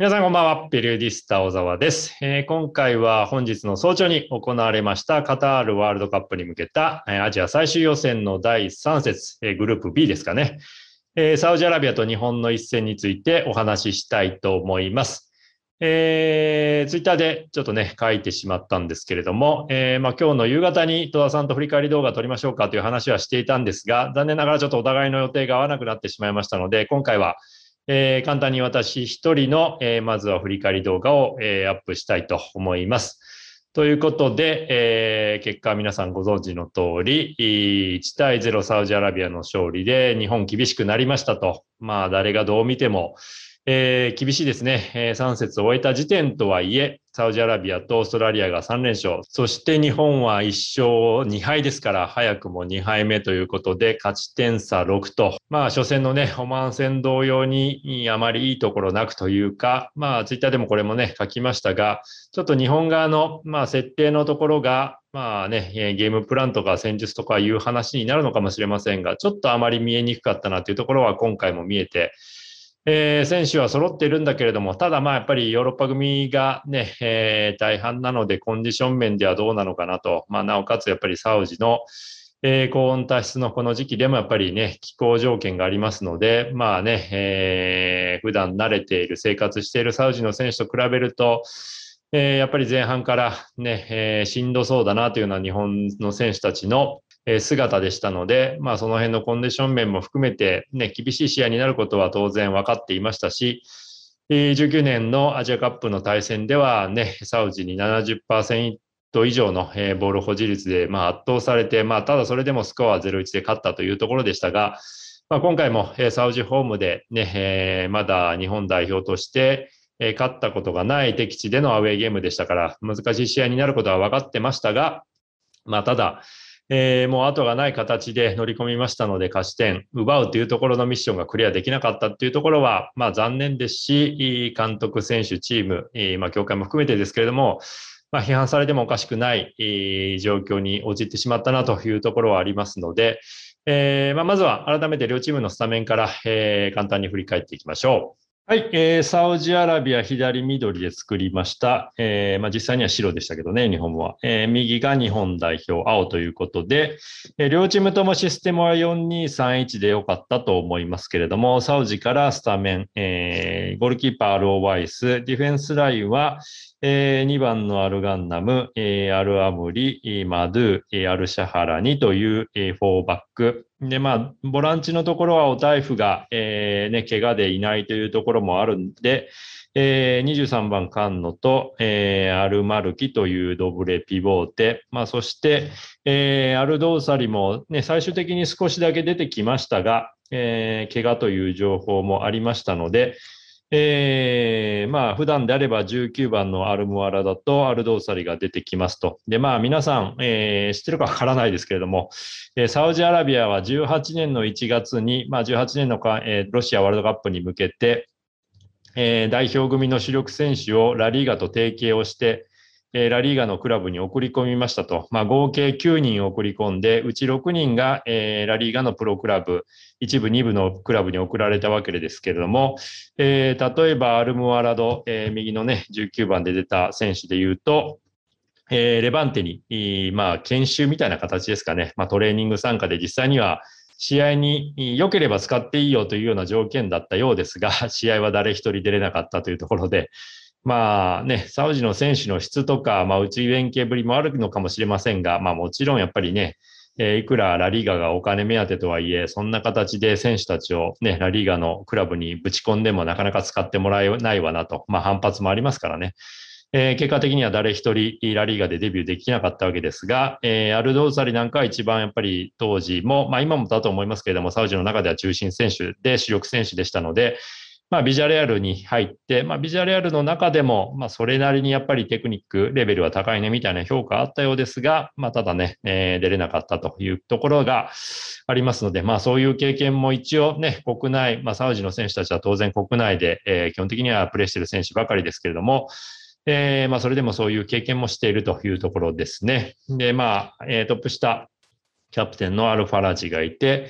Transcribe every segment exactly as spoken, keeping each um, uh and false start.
皆さんこんばんは。ペリューディスタ小沢です、えー。今回は本日の早朝に行われましたカタールワールドカップに向けた、えー、アジア最終予選のだいさん節、えー、グループ ビー ですかね、えー。サウジアラビアと日本の一戦についてお話ししたいと思います。えー、ツイッターでちょっとね、書いてしまったんですけれども、えーまあ、今日の夕方に戸田さんと振り返り動画撮りましょうかという話はしていたんですが、残念ながらちょっとお互いの予定が合わなくなってしまいましたので、今回はえー、簡単に私一人の、えー、まずは振り返り動画を、えー、アップしたいと思います。ということで、えー、結果は皆さんご存知の通り、いちたいゼロサウジアラビアの勝利で日本厳しくなりましたと。まあ誰がどう見ても、えー、厳しいですね、えー。さん節を終えた時点とはいえ、サウジアラビアとオーストラリアがさん連勝、そして日本はいっ勝に敗ですから、早くもに敗目ということで、勝ち点差ろくと、まあ初戦のね、オマーン戦同様にあまりいいところなくというか、まあツイッターでもこれもね、書きましたが、ちょっと日本側の、まあ設定のところが、まあね、ゲームプランとか戦術とかいう話になるのかもしれませんが、ちょっとあまり見えにくかったなというところは今回も見えて、えー、選手は揃っているんだけれども、ただまあやっぱりヨーロッパ組がね、えー、大半なのでコンディション面ではどうなのかなと、まあなおかつやっぱりサウジの、えー、高温多湿のこの時期でもやっぱりね、気候条件がありますので、まあね、えー、普段慣れている、生活しているサウジの選手と比べると、えー、やっぱり前半からね、えー、しんどそうだなというような日本の選手たちの姿でしたので、まあその辺のコンディション面も含めてね、厳しい試合になることは当然分かっていましたし、じゅうきゅうねんのアジアカップの対戦ではね、サウジに ななじゅっパーセント 以上のボール保持率でまあ圧倒されて、まあただそれでもスコアは ゼロたいいち で勝ったというところでしたが、まあ、今回もサウジホームでね、まだ日本代表として勝ったことがない敵地でのアウェーゲームでしたから、難しい試合になることは分かってましたが、まあただ、えー、もう後がない形で乗り込みましたので、勝ち点奪うというところのミッションがクリアできなかったというところは、まあ残念ですし、監督、選手、チーム、まあ協会も含めてですけれども、まあ批判されてもおかしくない状況に陥ってしまったなというところはありますので、えーまあ、まずは改めて両チームのスタメンから、えー、簡単に振り返っていきましょう。はい、えー、サウジアラビア左緑で作りました。えーまあ、実際には白でしたけどね、日本は。えー、右が日本代表、青ということで、えー、両チームともシステムはよんにさんいちで良かったと思いますけれども、サウジからスタメン、えー、ゴールキーパーアルオワイス、ディフェンスラインは、えー、にばんのアルガンナム、えー、アルアムリ、マドゥ、えー、アルシャハラニという、えー、フォーバック。で、まあ、ボランチのところはオタイフが、えー、ね、怪我でいないというところもあるんで、えー、にじゅうさんばんカンノと、えー、アルマルキというドブレピボーテ。まあ、そして、えー、アルドーサリもね、最終的に少しだけ出てきましたが、えー、怪我という情報もありましたので、えー、まあ普段であればじゅうきゅうばんのアルムアラダとアルドーサリが出てきますと。で、まあ皆さん、えー、知ってるかわからないですけれども、えー、サウジアラビアはじゅうはちねんのいちがつに、まあじゅうはちねんのか、えー、ロシアワールドカップに向けて、えー、代表組の主力選手をラリーガと提携をして、えー、ラリーガのクラブに送り込みましたと。まあ、合計きゅうにん送り込んで、うちろくにんが、えー、ラリーガのプロクラブ、一部、二部のクラブに送られたわけですけれども、えー、例えばアルムアラド、えー、右のね、じゅうきゅうばんで出た選手で言うと、えー、レバンテに、まあ、研修みたいな形ですかね。まあ、トレーニング参加で実際には、試合に良ければ使っていいよというような条件だったようですが、試合は誰一人出れなかったというところで、まあね、サウジの選手の質とか、まあ、内弁慶ぶりもあるのかもしれませんが、まあもちろんやっぱりね、えー、いくらラリーガがお金目当てとはいえ、そんな形で選手たちをね、ラリーガのクラブにぶち込んでもなかなか使ってもらえないわなと、まあ反発もありますからね。えー、結果的には誰一人ラリーガでデビューできなかったわけですが、えー、アルドーサリなんかは一番やっぱり当時も、まあ今もだと思いますけれども、サウジの中では中心選手で主力選手でしたので、まあビジャレアルに入って、まあビジャレアルの中でも、まあそれなりにやっぱりテクニックレベルは高いねみたいな評価あったようですが、まあただね、えー、出れなかったというところがありますので、まあそういう経験も一応ね、国内、まあサウジの選手たちは当然国内で、えー、基本的にはプレーしている選手ばかりですけれども、えー、まあ、それでもそういう経験もしているというところですね。で、まあ、えー、トップ下、キャプテンのアルファラジがいて、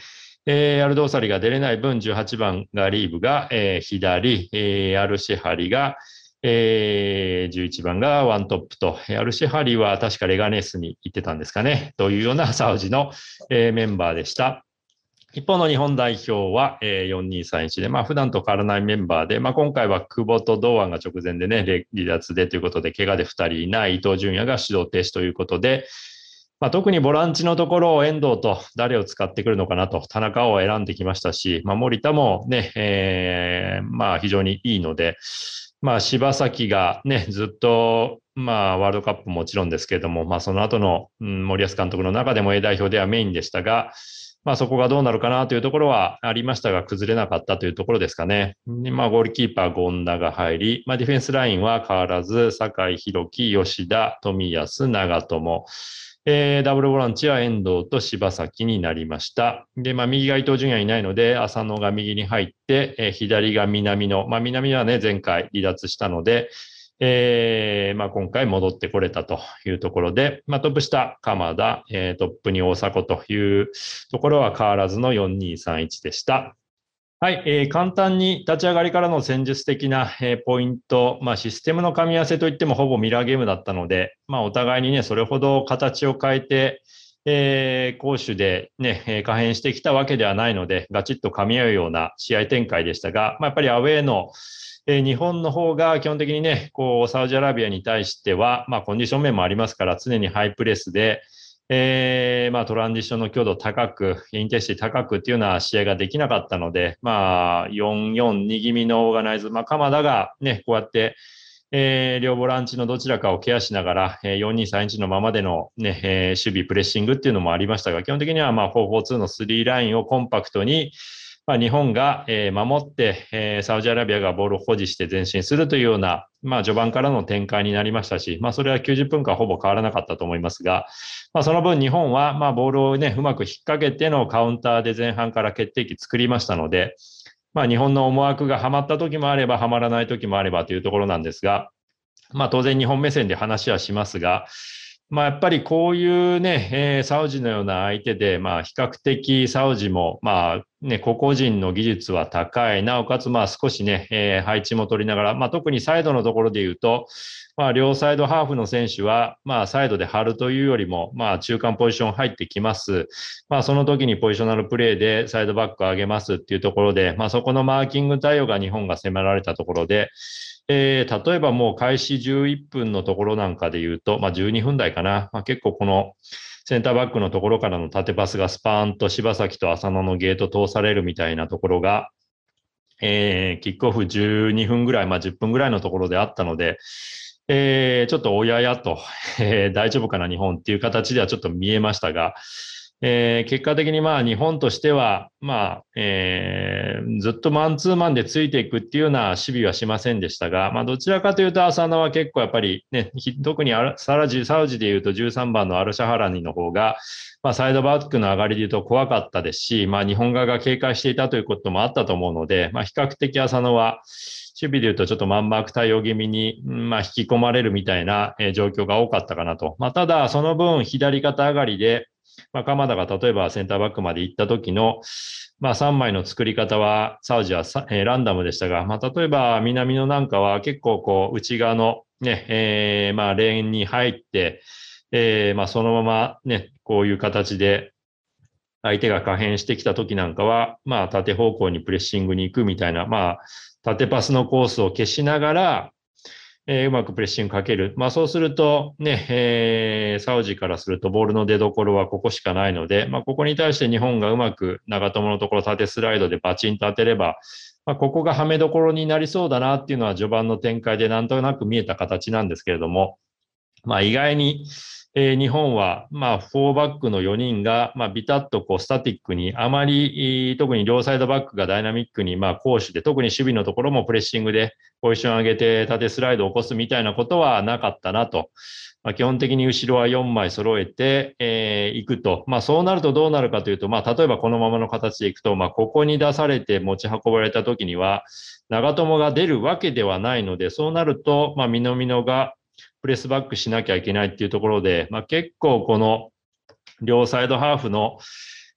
えーアルドーサリが出れない分、じゅうはちばんガリーブが、えー左、えーアルシェハリが、えーじゅういちばんがワントップと、アルシェハリは確かレガネースに行ってたんですかね、というようなサウジの、えーメンバーでした。一方の日本代表は、えー、よんにーさんいちで、まあ普段と変わらないメンバーで、まあ今回は久保と堂安が直前でね、離脱でということで、怪我でふたりいない伊東純也が指導停止ということで、まあ、特にボランチのところを遠藤と誰を使ってくるのかなと、田中を選んできましたし、まあ、森田もね、えー、まあ非常にいいので、まあ柴崎がね、ずっと、まあワールドカップもちろんですけれども、まあその後の、うん、森保監督の中でも A 代表ではメインでしたが、まあそこがどうなるかなというところはありましたが、崩れなかったというところですかね。まあゴールキーパー権田が入り、まあディフェンスラインは変わらず、酒井宏樹、吉田、富安、長友、えー、ダブルボランチは遠藤と柴崎になりました。で、まあ、右が伊東純也いないので、浅野が右に入って、えー、左が南野。まあ、南はね、前回離脱したので、えー、まあ、今回戻ってこれたというところで、まあ、トップ下、鎌田、えー、トップに大迫というところは変わらずのよんにーさんいちでした。はい、えー、簡単に立ち上がりからの戦術的な、えー、ポイント、まあ、システムの噛み合わせといってもほぼミラーゲームだったので、まあ、お互いにね、それほど形を変えて、えー、攻守でね、えー、可変してきたわけではないので、ガチッと噛み合うような試合展開でしたが、まあ、やっぱりアウェーの、えー、日本の方が基本的にね、こう、サウジアラビアに対しては、まあ、コンディション面もありますから、常にハイプレスで、えー、まあトランジションの強度高く、インテンシティ高くっていうような試合ができなかったので、まあよんよんに気味のオーガナイズ、まあ鎌田がね、こうやって、えー、両ボランチのどちらかをケアしながら、えー、よんにーさんいちのままでのね、えー、守備、プレッシングっていうのもありましたが、基本的にはまあよんよんにのスリーラインをコンパクトに、まあ、日本が、えー、守って、えー、サウジアラビアがボールを保持して前進するというような、まあ、序盤からの展開になりましたし、まあ、それはきゅうじゅっぷんかんほぼ変わらなかったと思いますが、まあ、その分日本は、まあ、ボールをね、うまく引っ掛けてのカウンターで前半から決定機作りましたので、まあ、日本の思惑がはまった時もあれば、はまらない時もあればというところなんですが、まあ、当然日本目線で話はしますが、まあ、やっぱりこういうね、えー、サウジのような相手で、まあ、比較的サウジも、まあ、ね、個々人の技術は高い。なおかつ、まあ、少しね、えー、配置も取りながら、まあ、特にサイドのところで言うと、まあ、両サイドハーフの選手は、まあ、サイドで張るというよりも、まあ、中間ポジション入ってきます。まあ、その時にポジショナルプレーでサイドバックを上げますっていうところで、まあ、そこのマーキング対応が日本が迫られたところで、えー、例えばもう開始じゅういっぷんのところなんかで言うと、まあ、じゅうにふん台かな。まあ、結構このセンターバックのところからの縦パスがスパーンと柴崎と浅野のゲート通されるみたいなところが、えー、キックオフじゅうにふんぐらい、まあ、じゅっぷんぐらいのところであったので、えー、ちょっとおややと、えー、大丈夫かな日本っていう形ではちょっと見えましたが、えー、結果的にまあ日本としては、まあ、えー、ずっとマンツーマンでついていくっていうような守備はしませんでしたが、まあどちらかというと浅野は結構やっぱりね、特にサラジ、サウジで言うとじゅうさんばんのアルシャハラニの方が、まあサイドバックの上がりで言うと怖かったですし、まあ日本側が警戒していたということもあったと思うので、まあ比較的浅野は、守備で言うとちょっとマンマーク対応気味に、まあ引き込まれるみたいな状況が多かったかなと。まあただその分左肩上がりで、まあ、鎌田が例えばセンターバックまで行った時の、まあ、さんまいの作り方は、サウジは、えー、ランダムでしたが、まあ、例えば南野なんかは結構こう、内側のね、えー、まあ、レーンに入って、えー、まあ、そのままね、こういう形で、相手が可変してきた時なんかは、まあ、縦方向にプレッシングに行くみたいな、まあ、縦パスのコースを消しながら、えー、うまくプレッシングかける。まあそうするとね、えー、サウジからするとボールの出所はここしかないので、まあここに対して日本がうまく長友のところ縦スライドでバチンと当てれば、まあここがはめどころになりそうだなっていうのは序盤の展開でなんとなく見えた形なんですけれども、まあ意外に、えー、日本は、まあ、フォーバックのよにんが、まあ、ビタッとこう、スタティックに、あまり、特に両サイドバックがダイナミックに、まあ、攻守で、特に守備のところもプレッシングで、ポジション上げて、縦スライドを起こすみたいなことはなかったなと。まあ、基本的に後ろはよんまい揃えて、えー、いくと。まあ、そうなるとどうなるかというと、まあ、例えばこのままの形でいくと、まあ、ここに出されて持ち運ばれた時には、長友が出るわけではないので、そうなると、まあ、南野が、プレスバックしなきゃいけないっていうところで、まあ、結構この両サイドハーフの、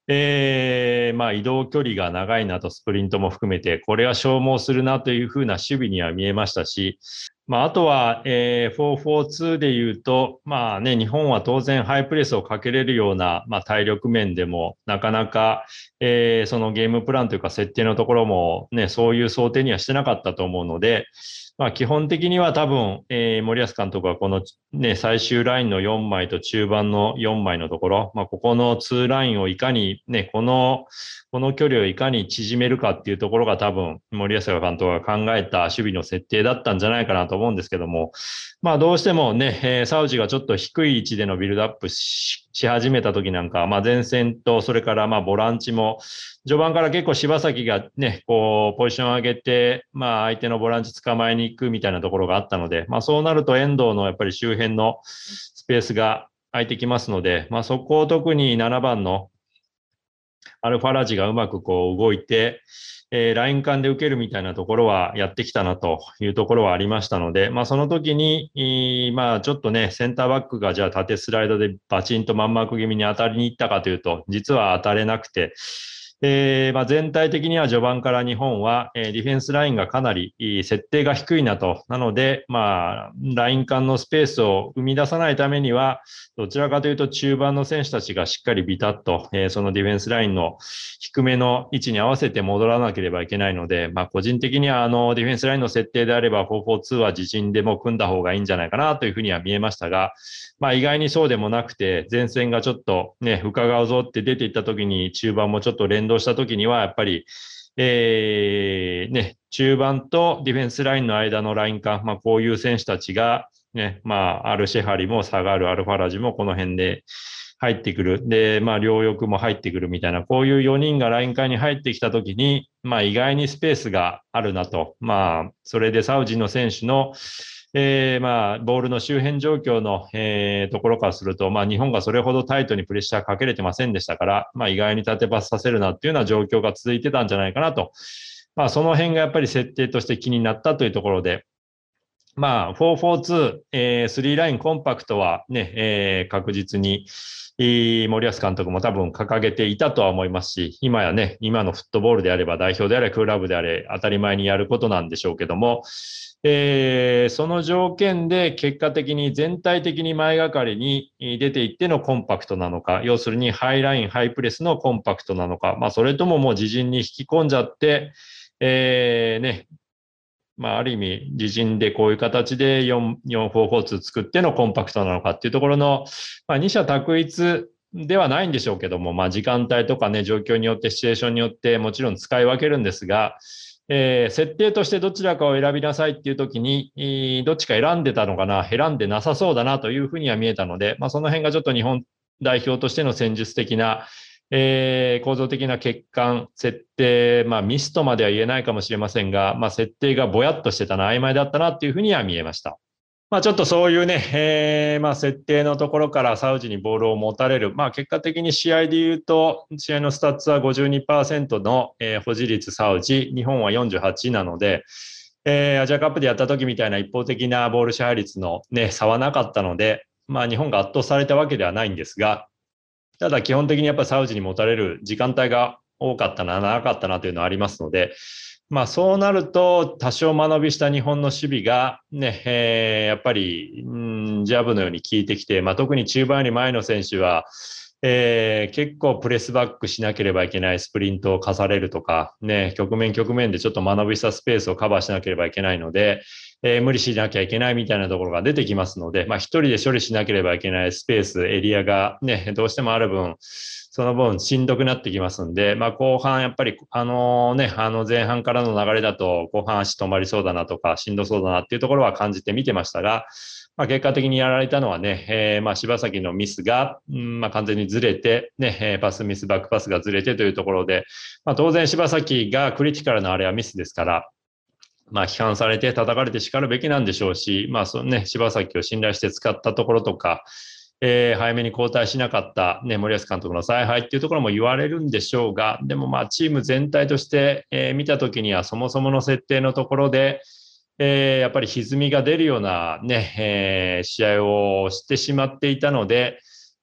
えー、まあ移動距離が長いなとスプリントも含めて、これは消耗するなというふうな守備には見えましたし、まああとは、えー、フォーフォーツーで言うと、まあね、日本は当然ハイプレスをかけれるような、まあ体力面でも、なかなか、えー、そのゲームプランというか設定のところもね、そういう想定にはしてなかったと思うので、まあ基本的には多分、えー、森保監督はこのね、最終ラインのよんまいと中盤のよんまいのところ、まあここのにラインをいかにね、この、この距離をいかに縮めるかっていうところが多分森保監督が考えた守備の設定だったんじゃないかなと思うんですけども、まあどうしてもね、えー、サウジがちょっと低い位置でのビルドアップし、し始めた時なんか、まあ前線とそれからまあボランチも序盤から結構柴崎がね、こうポジションを上げて、まあ相手のボランチ捕まえに行くみたいなところがあったので、まあそうなると遠藤のやっぱり周辺のスペースが空いてきますので、まあそこを特にななばんのアルファラジがうまくこう動いて、えー、ライン間で受けるみたいなところはやってきたなというところはありましたので、まあその時に、まあちょっとね、センターバックがじゃあ縦スライドでバチンとマンマーク気味に当たりに行ったかというと、実は当たれなくて、えーまあ、全体的には序盤から日本は、えー、ディフェンスラインがかなり設定が低いなと。なので、まあ、ライン間のスペースを生み出さないためには、どちらかというと中盤の選手たちがしっかりビタッと、えー、そのディフェンスラインの低めの位置に合わせて戻らなければいけないので、まあ、個人的にはあのディフェンスラインの設定であればフォーフォーツーは自陣でも組んだ方がいいんじゃないかなというふうには見えましたが、まあ、意外にそうでもなくて、前線がちょっとね、伺うぞって出ていった時に中盤もちょっと連動した時には、やっぱり、えー、ね、中盤とディフェンスラインの間のライン間、まあ、こういう選手たちが、ね、まあ、アルシェハリも下がる、アルファラジもこの辺で入ってくる。で、まあ、両翼も入ってくるみたいな、こういうよにんがライン間に入ってきたときに、まあ、意外にスペースがあるなと。まあ、それでサウジの選手の、えー、まあ、ボールの周辺状況の、えー、ところからすると、まあ、日本がそれほどタイトにプレッシャーかけれてませんでしたから、まあ、意外に縦パスさせるなっていうような状況が続いてたんじゃないかなと。まあ、その辺がやっぱり設定として気になったというところで、まあ、フォーフォーツー、えー、スリーラインコンパクトはね、えー、確実に、森保監督も多分掲げていたとは思いますし、今やね、今のフットボールであれば代表であれ、クラブであれ、当たり前にやることなんでしょうけども、えー、その条件で結果的に全体的に前がかりに出ていってのコンパクトなのか、要するにハイライン、ハイプレスのコンパクトなのか、まあそれとももう自陣に引き込んじゃって、えー、ね、まあある意味自陣でこういう形でよん、よん、フォー、フォー、ツー作ってのコンパクトなのかっていうところの、まあ二者択一ではないんでしょうけども、まあ時間帯とかね、状況によって、シチュエーションによってもちろん使い分けるんですが、えー、設定としてどちらかを選びなさいっていう時に、えー、どっちか選んでたのかな、選んでなさそうだなというふうには見えたので、まあ、その辺がちょっと日本代表としての戦術的な、えー、構造的な欠陥、設定、まあミスとまでは言えないかもしれませんが、まあ設定がぼやっとしてたな、曖昧だったなっていうふうには見えました。まあちょっとそういうね、えー、まあ設定のところからサウジにボールを持たれる。まあ結果的に試合で言うと、試合のスタッツは ごじゅうにパーセント の、えー、保持率サウジ、日本はよんじゅうはちなので、えー、アジアカップでやった時みたいな一方的なボール支配率のね、差はなかったので、まあ日本が圧倒されたわけではないんですが、ただ基本的にやっぱりサウジに持たれる時間帯が多かったな、長かったなというのはありますので、まあそうなると多少間延びした日本の守備がね、えー、やっぱり、うん、ジャブのように効いてきて、まあ特に中盤より前の選手は、えー、結構プレスバックしなければいけないスプリントを課されるとか、ね、局面局面でちょっと間延びしたスペースをカバーしなければいけないので、えー、無理しなきゃいけないみたいなところが出てきますので、まあ一人で処理しなければいけないスペース、エリアがね、どうしてもある分、その分しんどくなってきますんで、まあ後半やっぱり、あのね、あの前半からの流れだと後半足止まりそうだなとか、しんどそうだなっていうところは感じて見てましたが、まあ結果的にやられたのはね、えー、まあ柴崎のミスが、うん、まあ完全にずれて、ね、パスミス、バックパスがずれてというところで、まあ当然柴崎がクリティカルなあれはミスですから、まあ批判されて叩かれて叱るべきなんでしょうし、まあそのね、柴崎を信頼して使ったところとか、えー、早めに交代しなかった、ね、森保監督の采配っていうところも言われるんでしょうが、でもまあチーム全体として、えー、見たときにはそもそもの設定のところで、えー、やっぱり歪みが出るようなね、えー、試合をしてしまっていたので、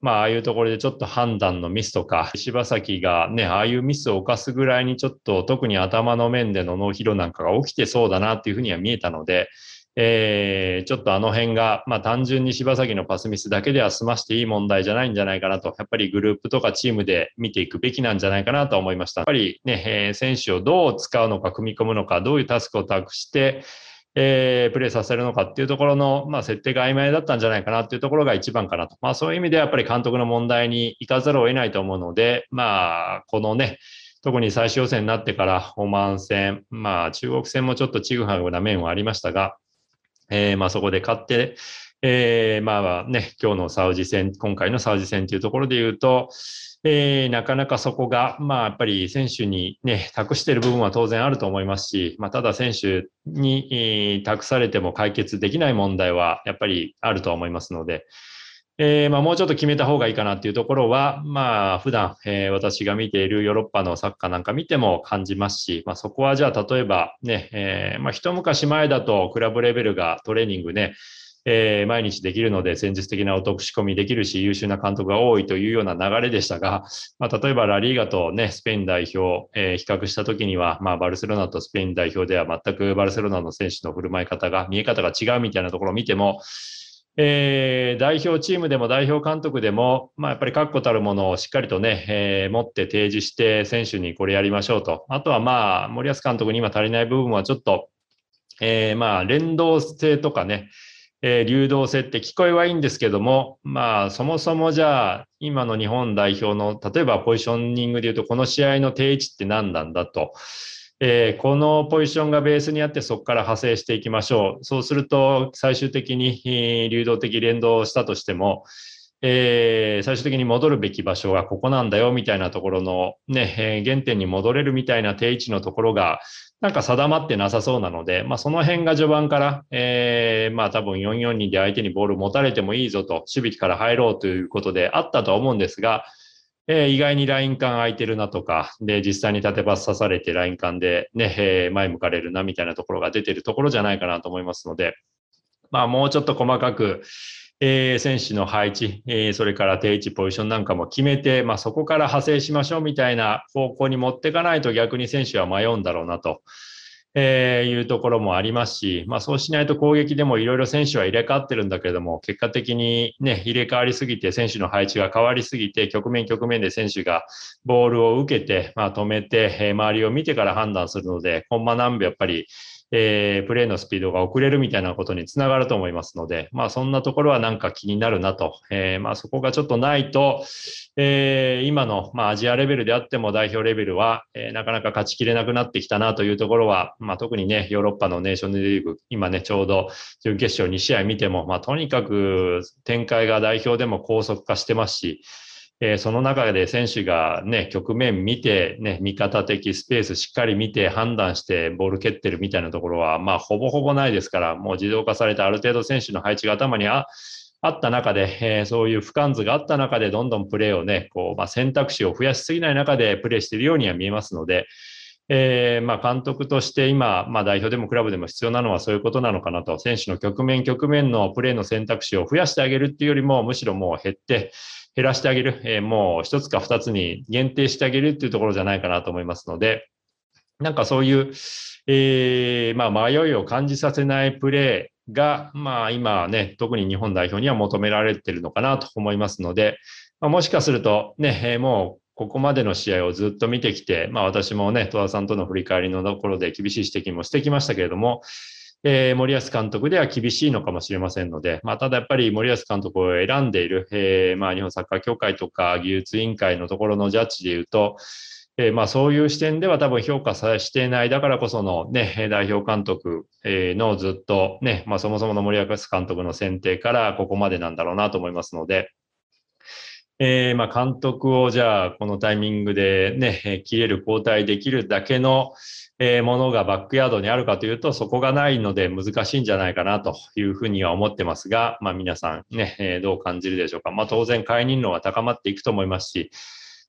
まあ、ああいうところでちょっと判断のミスとか、柴崎がね、ああいうミスを犯すぐらいにちょっと特に頭の面でのノーヒットなんかが起きてそうだなっていうふうには見えたので、えー、ちょっとあの辺が、まあ単純に柴崎のパスミスだけでは済ましていい問題じゃないんじゃないかなと、やっぱりグループとかチームで見ていくべきなんじゃないかなと思いました。やっぱりね、えー、選手をどう使うのか、組み込むのか、どういうタスクを託して、えー、プレーさせるのかっていうところの、まあ、設定が曖昧だったんじゃないかなっていうところが一番かなと。まあ、そういう意味ではやっぱり監督の問題に行かざるを得ないと思うので、まあ、このね、特に最終予選になってからオマーン戦、まあ、中国戦もちょっとちぐはぐな面はありましたが、えー、まあそこで勝って、えー、まあね、今日のサウジ戦、今回のサウジ戦というところで言うと、えー、なかなかそこが、まあやっぱり選手にね、託している部分は当然あると思いますし、まあただ選手に、えー、託されても解決できない問題はやっぱりあると思いますので、えー、まあもうちょっと決めた方がいいかなっていうところは、まあ普段、えー、私が見ているヨーロッパのサッカーなんか見ても感じますし、まあそこはじゃあ例えばね、えー、まあ一昔前だとクラブレベルがトレーニングね、えー、毎日できるので戦術的なお得仕込みできるし優秀な監督が多いというような流れでしたが、まあ例えばラリーガとね、スペイン代表、えー、比較したときには、まあバルセロナとスペイン代表では全くバルセロナの選手の振る舞い方が、見え方が違うみたいなところを見ても、えー、代表チームでも代表監督でも、まあ、やっぱり確固たるものをしっかりとね、えー、持って提示して選手にこれやりましょうと。あとはまあ、森保監督に今足りない部分はちょっと、えー、まあ、連動性とかね、えー、流動性って聞こえはいいんですけども、まあ、そもそもじゃあ、今の日本代表の、例えばポジショニングで言うと、この試合の定位置って何なんだと。えー、このポジションがベースにあってそこから派生していきましょう。そうすると最終的に、えー、流動的連動したとしても、えー、最終的に戻るべき場所がここなんだよみたいなところのね、えー、原点に戻れるみたいな定位置のところがなんか定まってなさそうなので、まあその辺が序盤から、えー、まあ多分よんよんにで相手にボール持たれてもいいぞと、守備から入ろうということであったと思うんですが、えー、意外にライン間空いてるなとか、で、実際に縦パス刺されてライン間でね、えー、前向かれるなみたいなところが出てるところじゃないかなと思いますので、まあもうちょっと細かく、えー、選手の配置、えー、それから定位置、ポジションなんかも決めて、まあそこから派生しましょうみたいな方向に持っていかないと逆に選手は迷うんだろうなと。えー、いうところもありますし、まあそうしないと攻撃でもいろいろ選手は入れ替わってるんだけれども、結果的にね、入れ替わりすぎて選手の配置が変わりすぎて、局面局面で選手がボールを受けて、まあ止めて、えー、周りを見てから判断するので、コンマ何秒やっぱり、えー、プレーのスピードが遅れるみたいなことにつながると思いますので、まあそんなところはなんか気になるなと。えー、まあそこがちょっとないと、えー、今の、まあ、アジアレベルであっても代表レベルは、えー、なかなか勝ちきれなくなってきたなというところは、まあ、特にね、ヨーロッパのネーションズリーグ、今ね、ちょうど準決勝に試合見ても、まあ、とにかく展開が代表でも高速化してますし、えー、その中で選手がね、局面見て、ね、味方的スペースしっかり見て判断してボール蹴ってるみたいなところは、まあ、ほぼほぼないですから、もう自動化されてある程度選手の配置が頭にああった中で、えー、そういう不完図があった中でどんどんプレーをね、こう、まあ、選択肢を増やしすぎない中でプレーしているようには見えますので、えー、まあ監督として今、まあ代表でもクラブでも必要なのはそういうことなのかなと、選手の局面局面のプレーの選択肢を増やしてあげるっていうよりも、むしろもう減って、減らしてあげる、えー、もう一つか二つに限定してあげるっていうところじゃないかなと思いますので、なんかそういう、えー、まあ迷いを感じさせないプレー、が、まあ今ね、特に日本代表には求められているのかなと思いますので、まあ、もしかするとね、えー、もうここまでの試合をずっと見てきて、まあ私もね、戸田さんとの振り返りのところで厳しい指摘もしてきましたけれども、えー、森保監督では厳しいのかもしれませんので、まあただやっぱり森保監督を選んでいる、えー、まあ日本サッカー協会とか技術委員会のところのジャッジで言うと、えー、まあそういう視点では多分評価さしていない、だからこそのね、代表監督のずっとね、まあそもそもの森保監督の選定からここまでなんだろうなと思いますので、えー、まあ監督をじゃあこのタイミングでね、切れる交代できるだけのものがバックヤードにあるかというと、そこがないので難しいんじゃないかなというふうには思ってますが、まあ皆さんね、どう感じるでしょうか。まあ当然解任論は高まっていくと思いますし、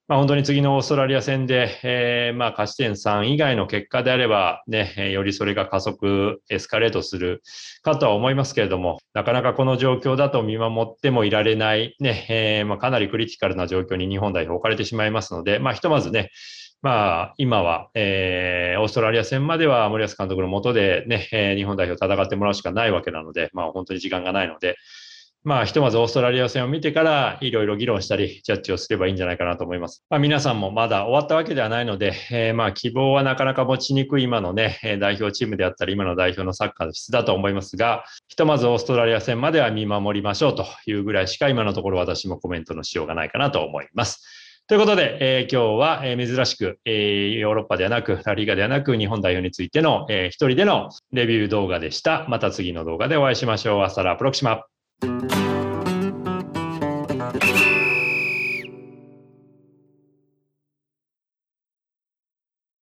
まあ、本当に次のオーストラリア戦で、えーまあ勝ち点さん以外の結果であれば、ね、よりそれが加速、エスカレートするかとは思いますけれども、なかなかこの状況だと見守ってもいられない、ねえーまあ、かなりクリティカルな状況に日本代表置かれてしまいますので、まあ、ひとまずね、まあ、今は、えー、オーストラリア戦までは森保監督の下でね、えー、日本代表戦ってもらうしかないわけなので、まあ、本当に時間がないので、まあ、ひとまずオーストラリア戦を見てから、いろいろ議論したり、ジャッジをすればいいんじゃないかなと思います。まあ、皆さんもまだ終わったわけではないので、えー、まあ、希望はなかなか持ちにくい今のね、代表チームであったり、今の代表のサッカーの質だと思いますが、ひとまずオーストラリア戦までは見守りましょうというぐらいしか、今のところ私もコメントのしようがないかなと思います。ということで、えー、今日は、えー、珍しく、えー、ヨーロッパではなく、ラリーガではなく、日本代表についての、えー、一人でのレビュー動画でした。また次の動画でお会いしましょう。アスタラプロクシマ。